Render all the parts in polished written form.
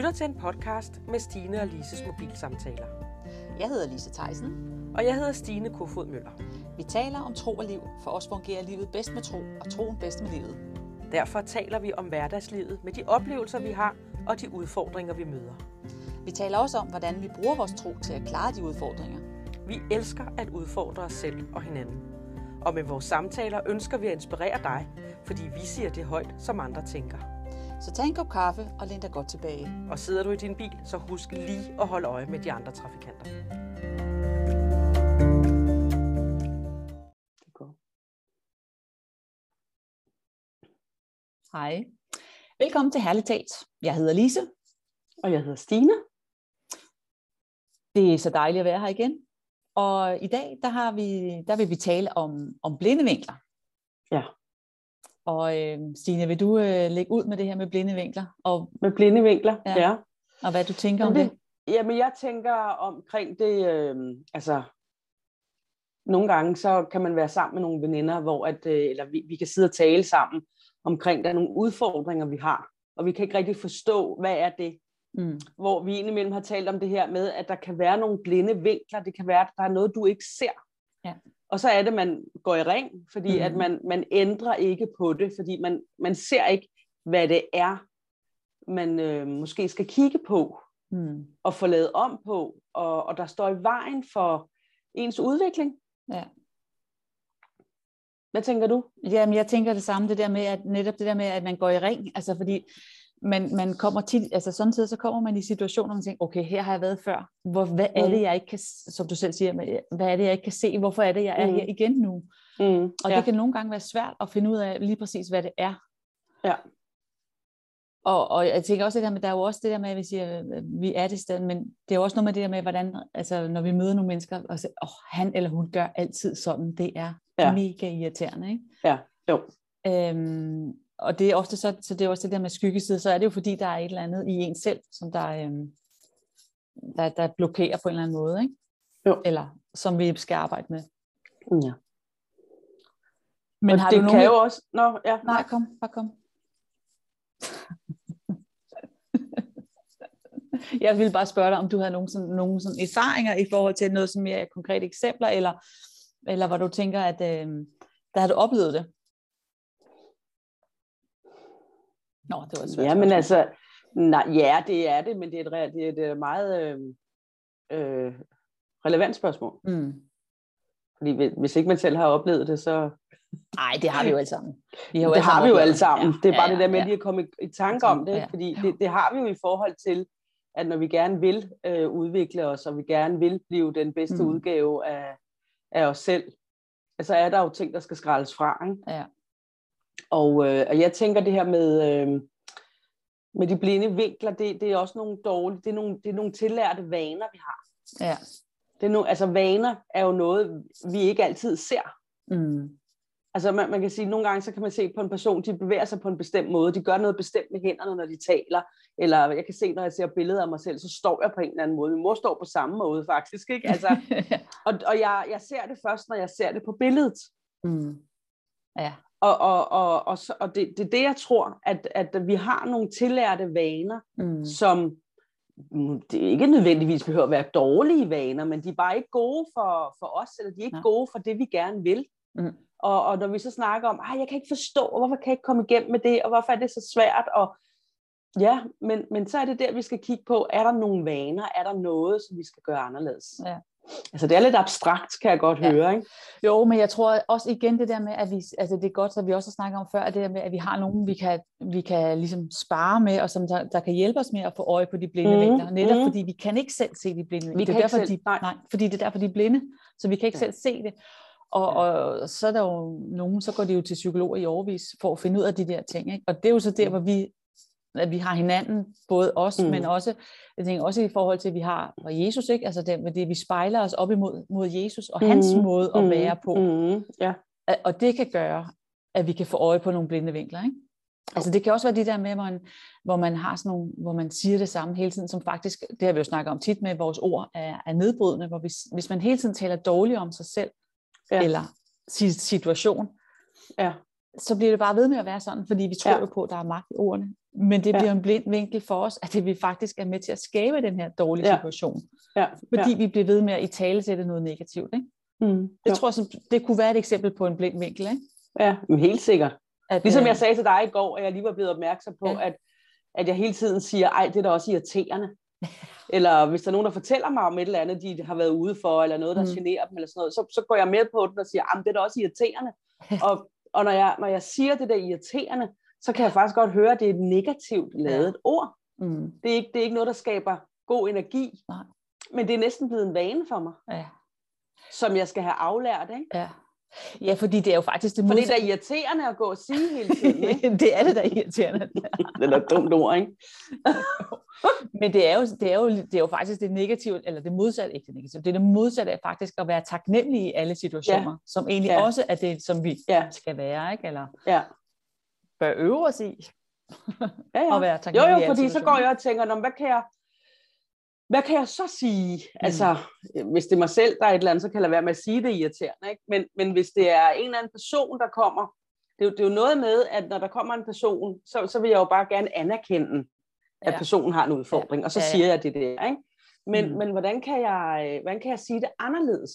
lytter til en podcast med Stine og Lises mobilsamtaler. Jeg hedder Lise Theisen. Og jeg hedder Stine Kofod Møller. Vi taler om tro og liv. For os fungerer livet bedst med tro, og troen bedst med livet. Derfor taler vi om hverdagslivet med de oplevelser, vi har, og de udfordringer, vi møder. Vi taler også om, hvordan vi bruger vores tro til at klare de udfordringer. Vi elsker at udfordre os selv og hinanden. Og med vores samtaler ønsker vi at inspirere dig, fordi vi siger det højt, som andre tænker. Så tag en kop kaffe og læn dig godt tilbage. Og sidder du i din bil, så husk lige at holde øje med de andre trafikanter. Hej. Velkommen til Herligt Talt. Jeg hedder Lise. Og jeg hedder Stine. Det er så dejligt at være her igen. Og i dag, der vil vi tale om blindevinkler. Ja. Og Stine, vil du lægge ud med det her med blindevinkler? Og, med blindevinkler, ja. Og hvad du tænker om det? Jamen, jeg tænker omkring det, nogle gange, så kan man være sammen med nogle veninder, hvor eller vi kan sidde og tale sammen omkring, der er nogle udfordringer, vi har. Og vi kan ikke rigtig forstå, hvad er det? Hvor vi indimellem har talt om det her med, at der kan være nogle blinde vinkler. Det kan være, at der er noget, du ikke ser. Ja. Og så er det, man går i ring, fordi at man ændrer ikke på det, fordi man ser ikke, hvad det er, man måske skal kigge på og få lavet om på, og der står i vejen for ens udvikling. Ja. Hvad tænker du? Jamen, jeg tænker det samme, det der med, at netop det der med, at man går i ring, altså fordi man kommer tit, altså samtidig så kommer man i situationer, hvor man tænker, okay, her har jeg været før. Hvad er det, jeg ikke kan, som du selv siger, hvad er det, jeg ikke kan se? Hvorfor er det, jeg er her igen nu? Og det kan nogle gange være svært at finde ud af lige præcis, hvad det er. Ja. Og jeg tænker også det der med, der er jo også det der med, at vi siger, vi er det sted, men det er jo også noget med det der med, hvordan, altså når vi møder nogle mennesker, og siger, han eller hun gør altid sådan, det er mega irriterende, ikke? Ja, jo. Og det er ofte så det er også det der med skyggeside, så er det jo fordi, der er et eller andet i en selv, som der blokerer på en eller anden måde, ikke? Jo. Eller som vi skal arbejde med. Ja. Men og har det du nogen... kan jo også... Nej, kom. Jeg ville bare spørge dig, om du havde nogle sådan erfaringer i forhold til noget som mere konkrete eksempler, eller hvor du tænker, at der har du oplevet det. Nå, det var et svært men altså, det er det, men det er et meget relevant spørgsmål. Fordi hvis ikke man selv har oplevet det, så... Nej, det har vi jo alle sammen. Det har vi jo alle sammen. Det er bare det der med, at lige at komme i tanke om det, fordi det har vi jo i forhold til, at når vi gerne vil udvikle os, og vi gerne vil blive den bedste udgave af os selv, så er der jo ting, der skal skrælles fra, ikke? Ja. Og jeg tænker det her med de blinde vinkler, det er også nogle dårlige, det er nogle tillærte vaner, vi har. Ja. Altså vaner er jo noget, vi ikke altid ser. Altså man kan sige, nogle gange så kan man se på en person, de bevæger sig på en bestemt måde, de gør noget bestemt med hænderne, når de taler, eller jeg kan se, når jeg ser billeder af mig selv, så står jeg på en eller anden måde. Min mor står på samme måde faktisk, ikke? Altså, og jeg ser det først, når jeg ser det på billedet. Ja. Og det er det, jeg tror, at vi har nogle tillærte vaner, som det er ikke nødvendigvis behøver at være dårlige vaner, men de er bare ikke gode for os, eller de er ikke gode for det, vi gerne vil. Og når vi så snakker om, jeg kan ikke forstå, hvorfor kan jeg ikke komme igennem med det, og hvorfor er det så svært, og ja, men så er det der, vi skal kigge på, er der nogle vaner, er der noget, som vi skal gøre anderledes? Ja. Altså det er lidt abstrakt, kan jeg godt høre, ikke? Jo, men jeg tror også igen det der med, at altså det er godt, at vi også har snakket om før, at det der med, at vi har nogen, vi kan ligesom spare med, og som der kan hjælpe os med at få øje på de blinde vinkler, netop fordi vi kan ikke selv se de blinde vinkler. Fordi det er derfor, de er blinde, så vi kan ikke selv se det. Og så er der jo nogen, så går de jo til psykologer i årevis for at finde ud af de der ting, ikke? Og det er jo så der, hvor vi har hinanden, både os, men også, jeg tænker også i forhold til, at vi har Jesus, ikke? Altså det, vi spejler os op imod Jesus og hans måde at være på. Ja. Og det kan gøre, at vi kan få øje på nogle blinde vinkler, ikke? Altså det kan også være de der med, hvor man har sådan nogle, hvor man siger det samme hele tiden, som faktisk, det har vi jo snakket om tit med, vores ord er nedbrydende, hvor hvis man hele tiden taler dårligt om sig selv, eller situation, så bliver det bare ved med at være sådan, fordi vi tror jo på, at der er magt i ordene. Men det bliver en blind vinkel for os, at det vi faktisk er med til at skabe den her dårlige situation. Fordi vi bliver ved med at italesætte noget negativt. Ikke? Det tror jeg, det kunne være et eksempel på en blind vinkel. Ikke? Ja, men helt sikkert. Ligesom jeg sagde til dig i går, at jeg lige var blevet opmærksom på, at jeg hele tiden siger, ej, det er da også irriterende. Eller hvis der er nogen, der fortæller mig om et eller andet, de har været ude for, eller noget, der generer dem, eller sådan noget, så går jeg med på den og siger, det er da også irriterende. Og når jeg siger det der irriterende, så kan jeg faktisk godt høre, at det er et negativt ladet ord. Det er ikke noget, der skaber god energi. Nej. Men det er næsten blevet en vane for mig, som jeg skal have aflært. Ikke? Ja, fordi det er jo faktisk det modsatte. Fordi det er irriterende at gå og sige hele tiden. Ikke? Det er det, der er irriterende. Det er et dumt ord, ikke? Men det er jo faktisk det negative, eller det modsatte, ikke det negative, det er det modsatte af faktisk at være taknemmelig i alle situationer, som egentlig også er det, som vi skal være, ikke? Eller bør øve os i at være taknemmelig i alle fordi så går jeg og tænker, hvad kan jeg så sige? Altså, hvis det er mig selv, der er et eller andet, så kan jeg lade være med at sige det irriterende, ikke? Men hvis det er en eller anden person, der kommer, det er jo noget med, at når der kommer en person, så vil jeg jo bare gerne anerkende, at personen har en udfordring, og så siger jeg det der, ikke? Men hvordan kan jeg sige det anderledes?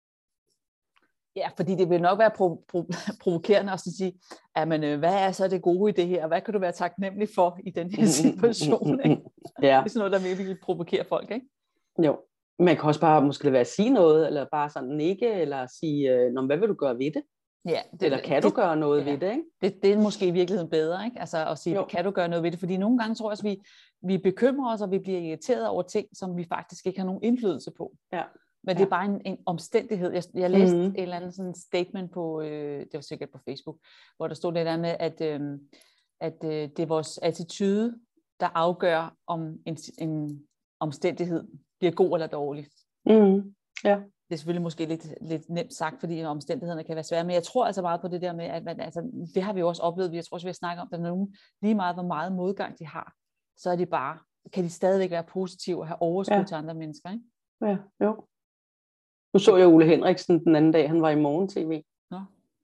Ja, fordi det vil nok være provokerende at sige, hvad er så det gode i det her, og hvad kan du være taknemmelig for i den her situation? Ikke? Det er sådan noget, der virkelig provokerer folk, ikke? Jo, man kan også bare måske lade være at sige noget, eller bare sådan nikke, eller sige, hvad vil du gøre ved det? Ja, eller kan du gøre noget ved det, ikke? Det er måske i virkeligheden bedre, ikke? Altså at sige, kan du gøre noget ved det? Fordi nogle gange tror jeg også, vi bekymrer os, og vi bliver irriteret over ting, som vi faktisk ikke har nogen indflydelse på. Ja. Men det er bare en omstændighed. Jeg læste et eller andet sådan statement på, det var sikkert på Facebook, hvor der stod det der med, at det er vores attitude, der afgør, om en omstændighed bliver god eller dårlig. Ja. Det er selvfølgelig måske lidt nemt sagt, fordi omstændighederne kan være svære, men jeg tror altså meget på det der med, at det har vi jo også oplevet, jeg tror også, vi har snakket om, at der er nogen, lige meget hvor meget modgang de har, så er de bare, kan de stadigvæk være positive og have overskud til andre mennesker, ikke? Ja, jo. Nu så jeg Ole Henriksen den anden dag, han var i morgen-tv. Nå.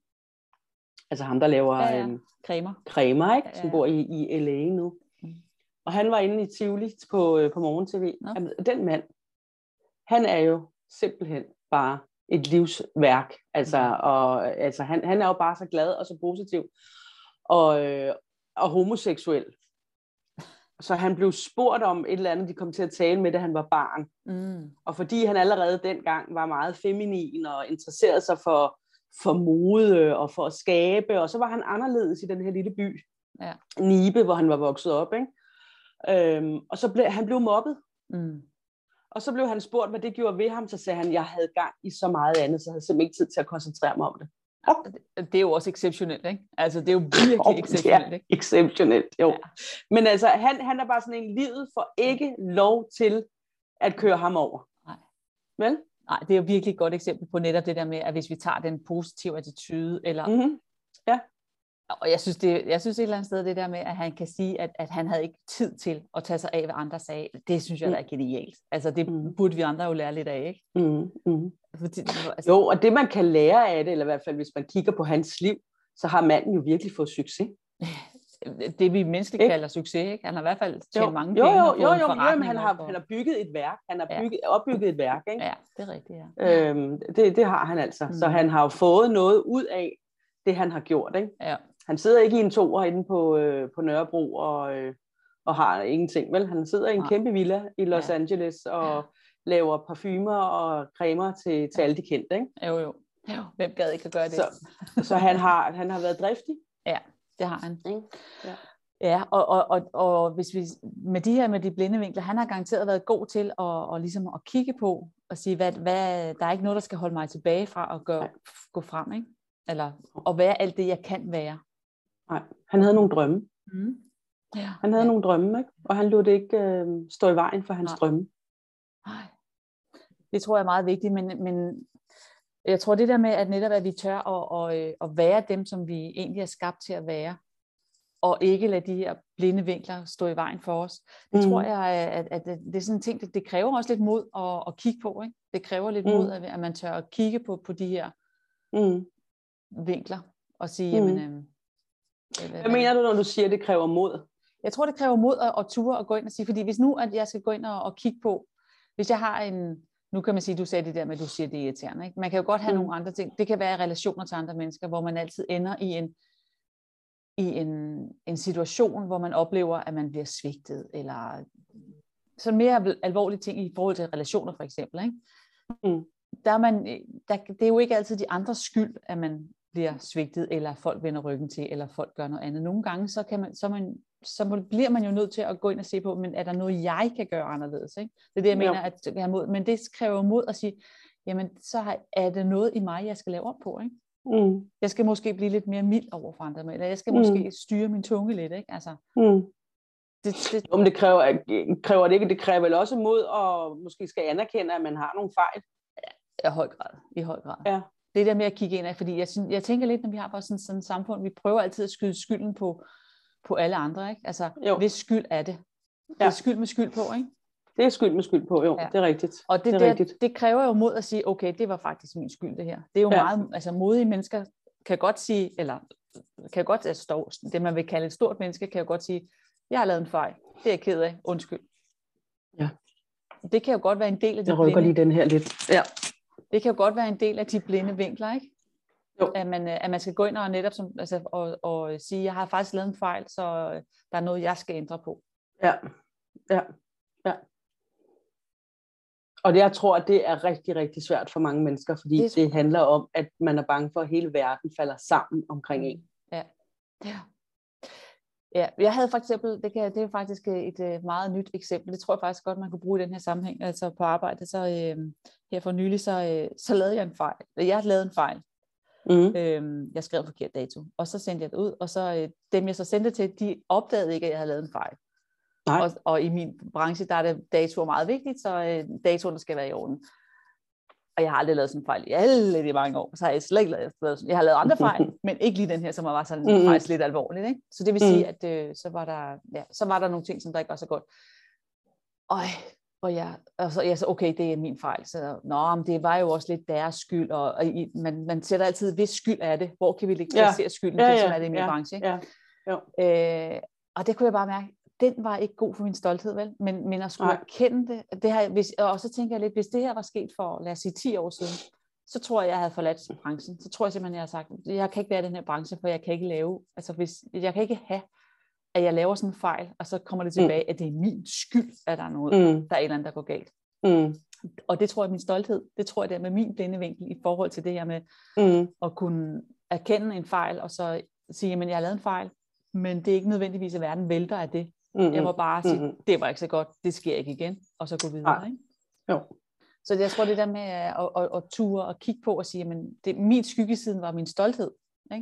Altså ham, der laver cremer, ikke? Som bor i LA nu. Og han var inde i Tivoli på morgen-tv. Den mand, han er jo simpelthen bare et livsværk. Altså, han er jo bare så glad og så positiv. Og homoseksuel. Så han blev spurgt om et eller andet, de kom til at tale med, da han var barn. Og fordi han allerede dengang var meget feminin og interesserede sig for mode og for at skabe, og så var han anderledes i den her lille by, Nibe, hvor han var vokset op, ikke? Og så han blev mobbet. Og så blev han spurgt, hvad det gjorde ved ham, så sagde han, jeg havde gang i så meget andet, så jeg havde simpelthen ikke tid til at koncentrere mig om det. Det er jo også exceptionelt, ikke? Altså, det er jo virkelig exceptionelt, ikke? Exceptionelt, jo. Ja. Men altså, han er bare sådan en, livet for ikke lov til at køre ham over. Nej. Vel? Nej, det er jo virkelig et godt eksempel på netop det der med, at hvis vi tager den positive attitude, eller... Ja. Og jeg synes et eller andet sted, det der med, at han kan sige, at han havde ikke tid til at tage sig af, hvad andre sagde, det synes jeg, der er genialt. Altså, det burde vi andre jo lære lidt af, ikke? Fordi, altså... Jo, og det man kan lære af det, eller i hvert fald hvis man kigger på hans liv, så har manden jo virkelig fået succes. Det vi menneskeligt kalder succes, ikke? Han har i hvert fald tjent mange penge og fået en forretning. Men han har bygget et værk. Han har opbygget et værk, ikke? Ja, det er rigtigt, ja. Det har han altså. Så han har jo fået noget ud af det, han har gjort, ikke? Ja. Han sidder ikke i en toer inde på Nørrebro og har ingenting, vel? Han sidder i en kæmpe villa i Los Angeles og laver parfumer og cremer til alle de kendte, ikke? Jo. Hvem gad ikke at gøre det? Så han har været driftig. Ja, det har han. Ja, og hvis vi med de blinde vinkler, han har garanteret været god til at ligesom at kigge på og sige, hvad der er ikke noget, der skal holde mig tilbage fra at gå frem, ikke? Eller at være alt det, jeg kan være. Nej, han havde nogle drømme. Ja, han havde nogle drømme, ikke? Og han lod det ikke stå i vejen for hans drømme. Nej. Det tror jeg er meget vigtigt, men jeg tror det der med, at netop at vi tør at være dem, som vi egentlig er skabt til at være, og ikke lade de her blinde vinkler stå i vejen for os. Det tror jeg, at det er sådan en ting, det kræver også lidt mod at kigge på, ikke? Det kræver lidt mod, at man tør at kigge på de her vinkler, og sige, jamen... Hvad mener du, når du siger, at det kræver mod? Jeg tror, det kræver mod at ture og gå ind og sige, fordi hvis nu, at jeg skal gå ind og kigge på, hvis jeg har nu kan man sige, du sagde det der med, at du siger, det er irriterende, ikke? Man kan jo godt have nogle andre ting. Det kan være relationer til andre mennesker, hvor man altid ender i en situation, hvor man oplever, at man bliver svigtet, eller så mere alvorlige ting i forhold til relationer, for eksempel, ikke? Det er jo ikke altid de andres skyld, at man bliver svigtet, eller folk vender ryggen til, eller folk gør noget andet. Nogle gange, så bliver man jo nødt til at gå ind og se på, men er der noget, jeg kan gøre anderledes? Ikke? Det er det, jeg mener, at jeg har mod. Men det kræver mod at sige, jamen, så er det noget i mig, jeg skal lave op på, ikke? Jeg skal måske blive lidt mere mild over for andre, eller jeg skal måske styre min tunge lidt, ikke? Altså, Men det kræver det ikke. Det kræver vel også mod at måske skal anerkende, at man har nogle fejl. I høj grad. Ja. Det der med at kigge ind af, fordi jeg tænker lidt, når vi har bare sådan et samfund, vi prøver altid at skyde skylden på alle andre, ikke? Altså, hvis skyld er det? Det er skyld med skyld på, ikke? Det er skyld med skyld på, jo. Ja. Det er rigtigt. Og det kræver jo mod at sige, okay, det var faktisk min skyld, det her. Det er jo meget, altså modige mennesker kan godt sige, eller kan godt, altså det man vil kalde et stort menneske, kan jo godt sige, jeg har lavet en fejl, det er jeg ked af, undskyld. Ja. Det kan jo godt være en del af de jeg rykker lige den her lidt. Ja. Det kan jo godt være en del af de blinde vinkler, ikke? Jo. At man skal gå ind og netop og sige, jeg har faktisk lavet en fejl, så der er noget, jeg skal ændre på. Ja. Og jeg tror, at det er rigtig, rigtig svært for mange mennesker, fordi det handler om, at man er bange for, at hele verden falder sammen omkring en. Ja, jeg havde for eksempel, det er faktisk et meget nyt eksempel, det tror jeg faktisk godt, man kunne bruge i den her sammenhæng, altså på arbejde, så her for nylig, så lavede jeg en fejl. Jeg lavede en fejl. Jeg skrev en forkert dato, og så sendte jeg det ud, og så dem jeg så sendte til, de opdagede ikke, at jeg havde lavet en fejl. Og i min branche, der er det datoer meget vigtigt, så datoerne skal være i orden. Og jeg har aldrig lavet sådan en fejl i alle de mange år, så har jeg slet ikke lavet sådan. Jeg har lavet andre fejl, men ikke lige den her, som var sådan faktisk lidt alvorligt, ikke? Så det vil sige, at så var der nogle ting, som der ikke var så godt. Og jeg så okay, det er min fejl. Så men det var jo også lidt deres skyld, og man sætter altid, hvis skyld er det, hvor kan vi placere skylden, det er det i min branche, ikke? Og det kunne jeg bare mærke, den var ikke god for min stolthed, vel? Men at skulle erkende det her, og så tænker jeg lidt, hvis det her var sket for, lad os sige, 10 år siden, så tror jeg havde forladt branchen. Så tror jeg simpelthen, jeg har sagt, jeg kan ikke være i den her branche, for jeg kan ikke lave, jeg kan ikke have, at jeg laver sådan en fejl, og så kommer det tilbage, at det er min skyld, at der er noget, der er et eller andet, der går galt. Og det tror jeg, min stolthed, det tror jeg, det er med min blinde vinkel i forhold til det her med at kunne erkende en fejl, og så sige, at jeg har lavet en fejl, men det er ikke nødvendigvis, at verden vælter af det. Jeg må bare sige, det var ikke så godt, det sker ikke igen, og så gå videre. Ikke? Jo. Så jeg tror, det der med at ture og kigge på og sige, at min skyggesiden var min stolthed. Ikke?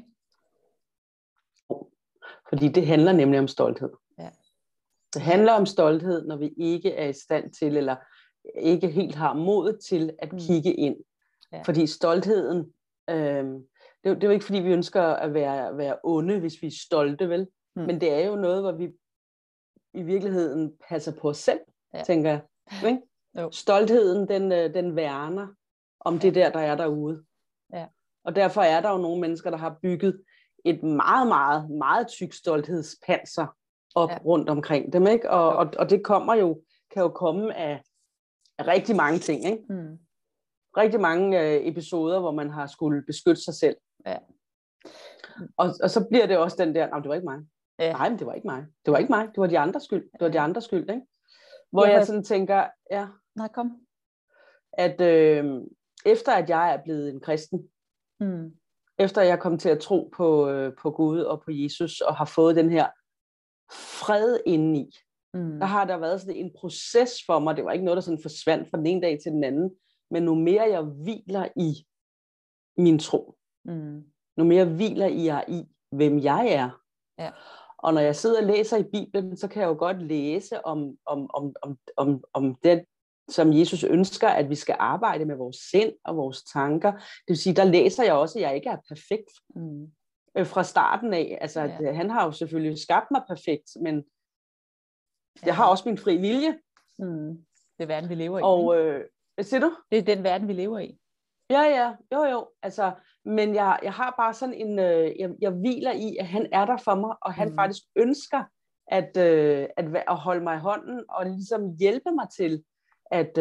Fordi det handler nemlig om stolthed. Ja. Det handler om stolthed, når vi ikke er i stand til, eller ikke helt har mod til at kigge ind. Ja. Fordi stoltheden, det er jo ikke fordi, vi ønsker at være onde, hvis vi er stolte, vel? Men det er jo noget, hvor vi i virkeligheden passer på os selv, tænker jeg. Ikke? Stoltheden, den værner om det der er derude. Ja. Og derfor er der jo nogle mennesker, der har bygget et meget, meget, meget tyk stolthedspanser op rundt omkring dem. Ikke? Og det kan jo komme af rigtig mange ting. Ikke? Rigtig mange episoder, hvor man har skulle beskytte sig selv. Ja. Og så bliver det også den der, nej, det var ikke mig. Ja. Nej, men det var ikke mig. Det var ikke mig. Det var de andres skyld. Det var de andres skyld, ikke? Hvor jeg sådan tænker, nej, kom. At efter at jeg er blevet en kristen, efter jeg kom til at tro på Gud og på Jesus, og har fået den her fred indeni, der har der været sådan en proces for mig. Det var ikke noget, der sådan forsvandt fra den ene dag til den anden, men nu mere jeg hviler i min tro, nu mere hviler jeg i, hvem jeg er. Ja. Og når jeg sidder og læser i Bibelen, så kan jeg jo godt læse om det, som Jesus ønsker, at vi skal arbejde med vores sind og vores tanker. Det vil sige, der læser jeg også, at jeg ikke er perfekt fra starten af. Altså, han har jo selvfølgelig skabt mig perfekt, men jeg har også min fri vilje. Det er verden, vi lever i. Og hvad siger du? Det er den verden, vi lever i. Ja, jo. Altså, men jeg har bare sådan en, jeg hviler i, at han er der for mig, og han faktisk ønsker, at holde mig i hånden, og ligesom hjælpe mig til at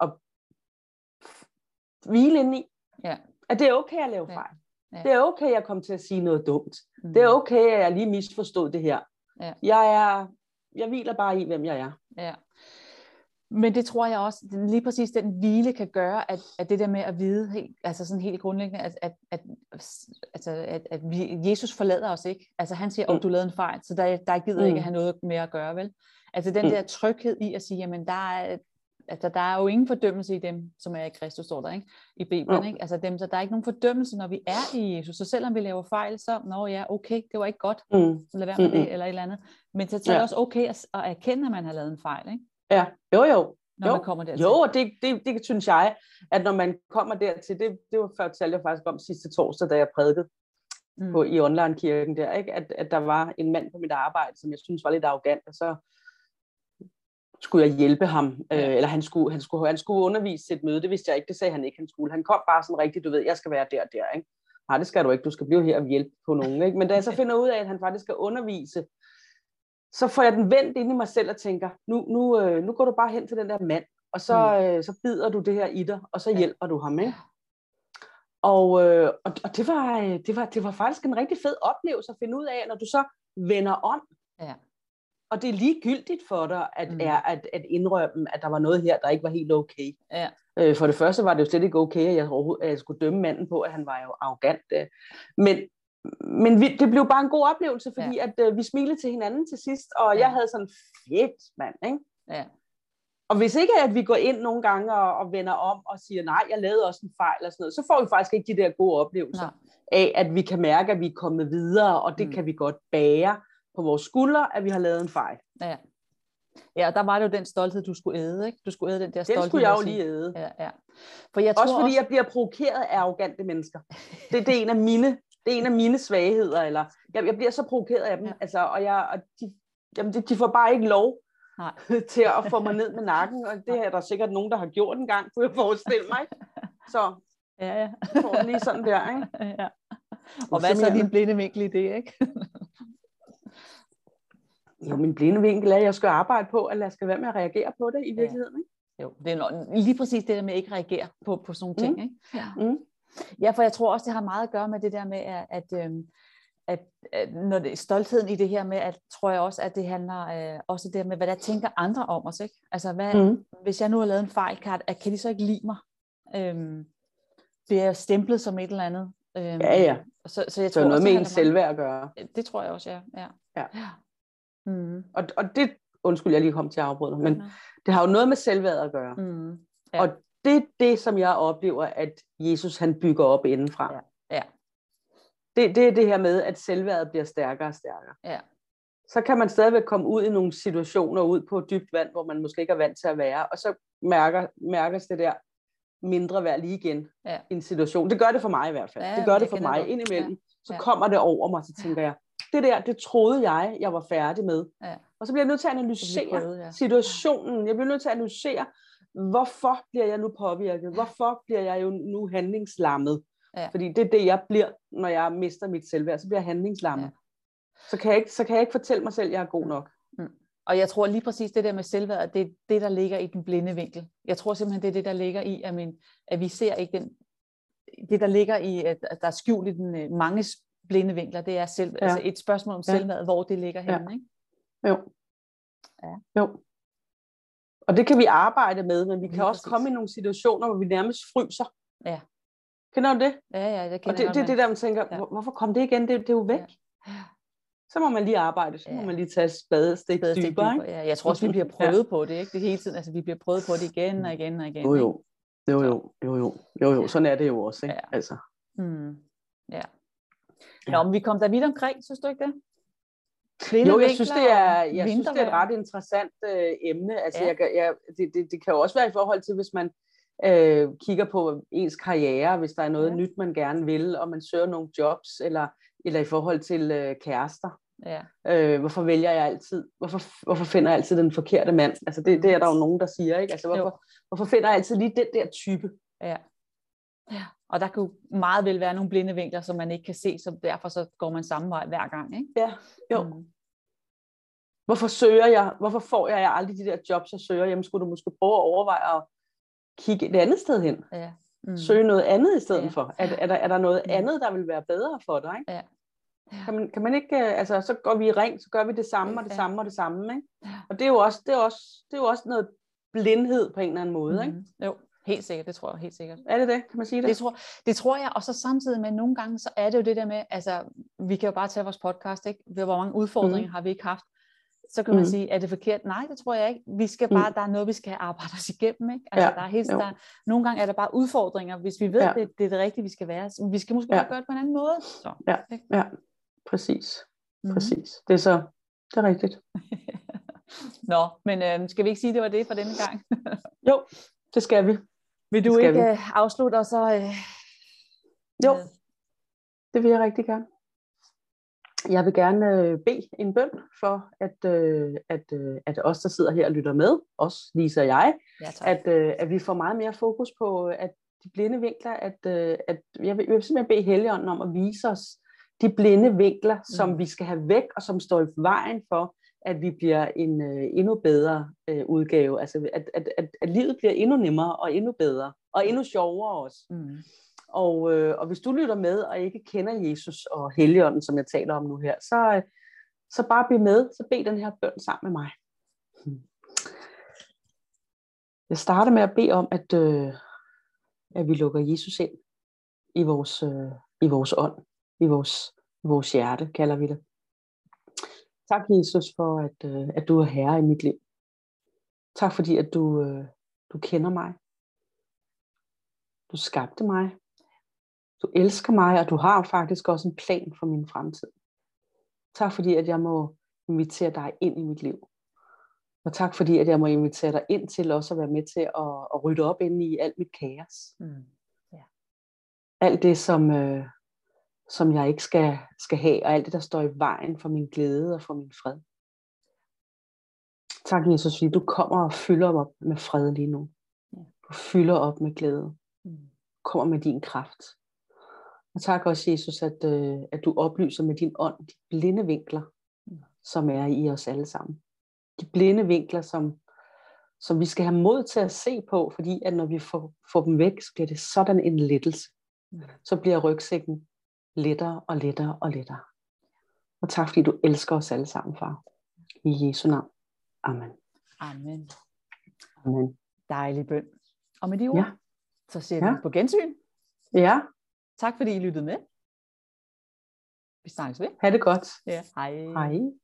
hvile ind i, at det er okay at lave fejl. Ja. Det er okay, at jeg kom til at sige noget dumt. Det er okay, at jeg lige misforstod det her. Ja. Jeg hviler bare i, hvem jeg er. Ja. Men det tror jeg også, lige præcis den hvile kan gøre, at det der med at vide, altså sådan helt grundlæggende, at Jesus forlader os ikke. Altså han siger, du lavede en fejl, så der gider ikke at have noget mere at gøre, vel? Altså den der tryghed i at sige, jamen der er jo ingen fordømmelse i dem, som er i Kristus, står der, ikke? I Bibelen, ikke? Altså der er ikke nogen fordømmelse, når vi er i Jesus. Så selvom vi laver fejl, så, okay, det var ikke godt, så lad være med det, eller et eller andet. Men så er det også okay at erkende, at man har lavet en fejl, ikke? Ja, jo. Når man kommer dertil. Jo, og det synes jeg, at når man kommer dertil, det var fortalte jeg faktisk om sidste torsdag, da jeg prædikede i online-kirken der, ikke? At der var en mand på mit arbejde, som jeg synes var lidt arrogant, og så skulle jeg hjælpe ham, eller han skulle undervise til et møde, det vidste jeg ikke, det sagde han ikke, han skulle. Han kom bare sådan rigtigt, du ved, jeg skal være der, ikke? Nej, det skal du ikke, du skal blive her og hjælpe på nogen, ikke? Men da jeg så finder ud af, at han faktisk skal undervise, så får jeg den vendt ind i mig selv og tænker, nu går du bare hen til den der mand, og så bider du det her i dig, og så hjælper du ham, ikke? Og det var faktisk en rigtig fed oplevelse at finde ud af, når du så vender om, og det er ligegyldigt for dig, at indrømme, at der var noget her, der ikke var helt okay. Ja. For det første var det jo slet ikke okay, at jeg skulle dømme manden på, at han var jo arrogant. Men det blev bare en god oplevelse, fordi at vi smilede til hinanden til sidst, og jeg havde sådan fedt, mand, ikke? Ja. Og hvis ikke at vi går ind nogle gange og vender om og siger, nej, jeg lavede også en fejl og sådan noget, så får vi faktisk ikke de der gode oplevelser af, at vi kan mærke, at vi er kommet videre, og det kan vi godt bære på vores skuldre, at vi har lavet en fejl. Ja, og der var det jo den stolthed, du skulle æde, ikke? Du skulle æde den der stolthed. Den skulle jeg jo lige æde. Ja. For jeg tror også fordi jeg bliver provokeret af arrogante mennesker. Det er en af mine svagheder, eller jeg bliver så provokeret af dem, altså, og de får bare ikke lov til at få mig ned med nakken, og det er der sikkert nogen, der har gjort en gang, kunne jeg forestille mig. Så får den lige sådan der, ikke? Ja. Og hvad så din blinde vinkel i det, ikke? Jo, min blinde vinkel er, at jeg skal arbejde på, eller jeg skal være med at reagere på det i virkeligheden, ikke? Jo, det er lige præcis det der med at ikke reagere på sådan nogle ting, ikke? Ja, for jeg tror også, det har meget at gøre med det der med, at når det, stoltheden i det her med, at tror jeg også, at det handler også det der med, hvad der tænker andre om os, ikke? Altså, hvis jeg nu har lavet en fejl, kan de så ikke lide mig? Bliver jeg stemplet som et eller andet? Ja. Så jeg tror noget også, med ens selvværd at gøre. Det tror jeg også, ja. Og det, undskyld, jeg lige kom til at afbryde, men det har jo noget med selvværd at gøre. Og det er det, som jeg oplever, at Jesus han bygger op indenfra. Det er det her med, at selvværdet bliver stærkere og stærkere. Så kan man stadigvæk komme ud i nogle situationer, ud på dybt vand, hvor man måske ikke er vant til at være, og så mærkes det der mindre værd lige igen i en situation. Det gør det for mig i hvert fald. Det gør det for mig indimellem. Så kommer det over mig, så tænker jeg, det troede jeg var færdig med. Og så bliver jeg nødt til at analysere situationen. Jeg bliver nødt til at analysere, hvorfor bliver jeg nu påvirket? Hvorfor bliver jeg jo nu handlingslammet? Fordi det er det, jeg bliver, når jeg mister mit selvværd. Så bliver jeg handlingslammet. Så kan jeg ikke fortælle mig selv, at jeg er god nok. Og jeg tror lige præcis det der med selvværd, det er det, der ligger i den blinde vinkel. Jeg tror simpelthen, det er det, der ligger i, at vi ser ikke det, der ligger i, at der er skjult i den manges blinde vinkler, det er altså et spørgsmål om selvværd, hvor det ligger henne, ikke? Jo. Og det kan vi arbejde med, men vi kan også komme i nogle situationer, hvor vi nærmest fryser. Ja. Kender du det? Ja, det kender jeg. Og det er det der, man tænker, hvorfor kom det igen? Det er jo væk. Så må man lige arbejde, så må man lige tage spadestik dybere, ikke? Jeg tror også, vi bliver prøvet på det, ikke? Det hele tiden, altså vi bliver prøvet på det igen og igen og igen. Jo, sådan er det jo også, ikke? Altså. Nå, men vi kom da vidt omkring, synes du ikke det? Jeg synes, det er et ret interessant emne. Altså, det kan jo også være i forhold til, hvis man kigger på ens karriere, hvis der er noget nyt, man gerne vil, og man søger nogle jobs, eller i forhold til kærester. Hvorfor vælger jeg altid? Hvorfor finder jeg altid den forkerte mand? Altså, det er der jo nogen, der siger, ikke? Altså, hvorfor finder jeg altid lige den der type? Ja. Og der kan jo meget vel være nogle blinde vinkler, som man ikke kan se, så derfor så går man samme vej hver gang, ikke? Ja, jo. Hvorfor søger jeg? Hvorfor får jeg aldrig de der jobs, jeg søger? Jamen, skulle du måske prøve at overveje at kigge et andet sted hen? Ja. Søge noget andet i stedet for? Er der noget andet, der vil være bedre for dig? Ikke? Ja. Kan man ikke, altså så går vi i ring, så gør vi det samme og det samme og det samme, ikke? Og det er jo også noget blindhed på en eller anden måde, ikke? Jo, helt sikkert, det tror jeg helt sikkert. Er det? Kan man sige det? Det tror jeg, og så samtidig med nogle gange, så er det jo det der med, altså vi kan jo bare tage vores podcast, ikke? Hvor mange udfordringer har vi ikke haft? Så kan man sige, er det forkert? Nej, det tror jeg ikke. Vi skal bare, der er noget, vi skal arbejde os igennem, ikke? Altså nogle gange er der bare udfordringer, hvis vi ved, det er det rigtige, vi skal være. Så vi skal måske bare gøre det på en anden måde. Så, ja, præcis. Præcis. Det er rigtigt. Nå, men skal vi ikke sige, det var det for denne gang? Jo, det skal vi. Vil du ikke afslutte og så... Jo, det vil jeg rigtig gerne. Jeg vil gerne bede en bøn for, at os, der sidder her og lytter med, os, Lise og jeg, at vi får meget mere fokus på, at de blinde vinkler, at jeg vil simpelthen bede Helligånden om at vise os de blinde vinkler, som vi skal have væk, og som står i vejen for, at vi bliver en endnu bedre udgave. Altså, at livet bliver endnu nemmere og endnu bedre, og endnu sjovere også. Og hvis du lytter med og ikke kender Jesus og Helligånden, som jeg taler om nu her, så bare bliv med, så bed den her bøn sammen med mig. Jeg starter med at bede om, at vi lukker Jesus ind i vores ånd, i vores hjerte, kalder vi det. Tak, Jesus, for at du er herre i mit liv. Tak, fordi at du kender mig. Du skabte mig. Du elsker mig, og du har faktisk også en plan for min fremtid. Tak, fordi at jeg må invitere dig ind i mit liv. Og tak, fordi at jeg må invitere dig ind til også at være med til at rydde op inde i alt mit kaos. Alt det, som jeg ikke skal have, og alt det, der står i vejen for min glæde og for min fred. Tak, Jesus, fordi du kommer og fylder op med fred lige nu. Du fylder op med glæde. Kommer med din kraft. Og tak også, Jesus, at du oplyser med din ånd de blinde vinkler, som er i os alle sammen. De blinde vinkler, som vi skal have mod til at se på, fordi at når vi får dem væk, så bliver det sådan en lettelse. Så bliver rygsækken lettere og lettere og lettere. Og tak, fordi du elsker os alle sammen, far. I Jesu navn. Amen. Amen. Amen. Dejlig bøn. Og med de ord, så ser vi på gensyn. Ja. Tak fordi I lyttede med. Vi snakkes ved. Ha' det godt. Ja. Hej. Hej.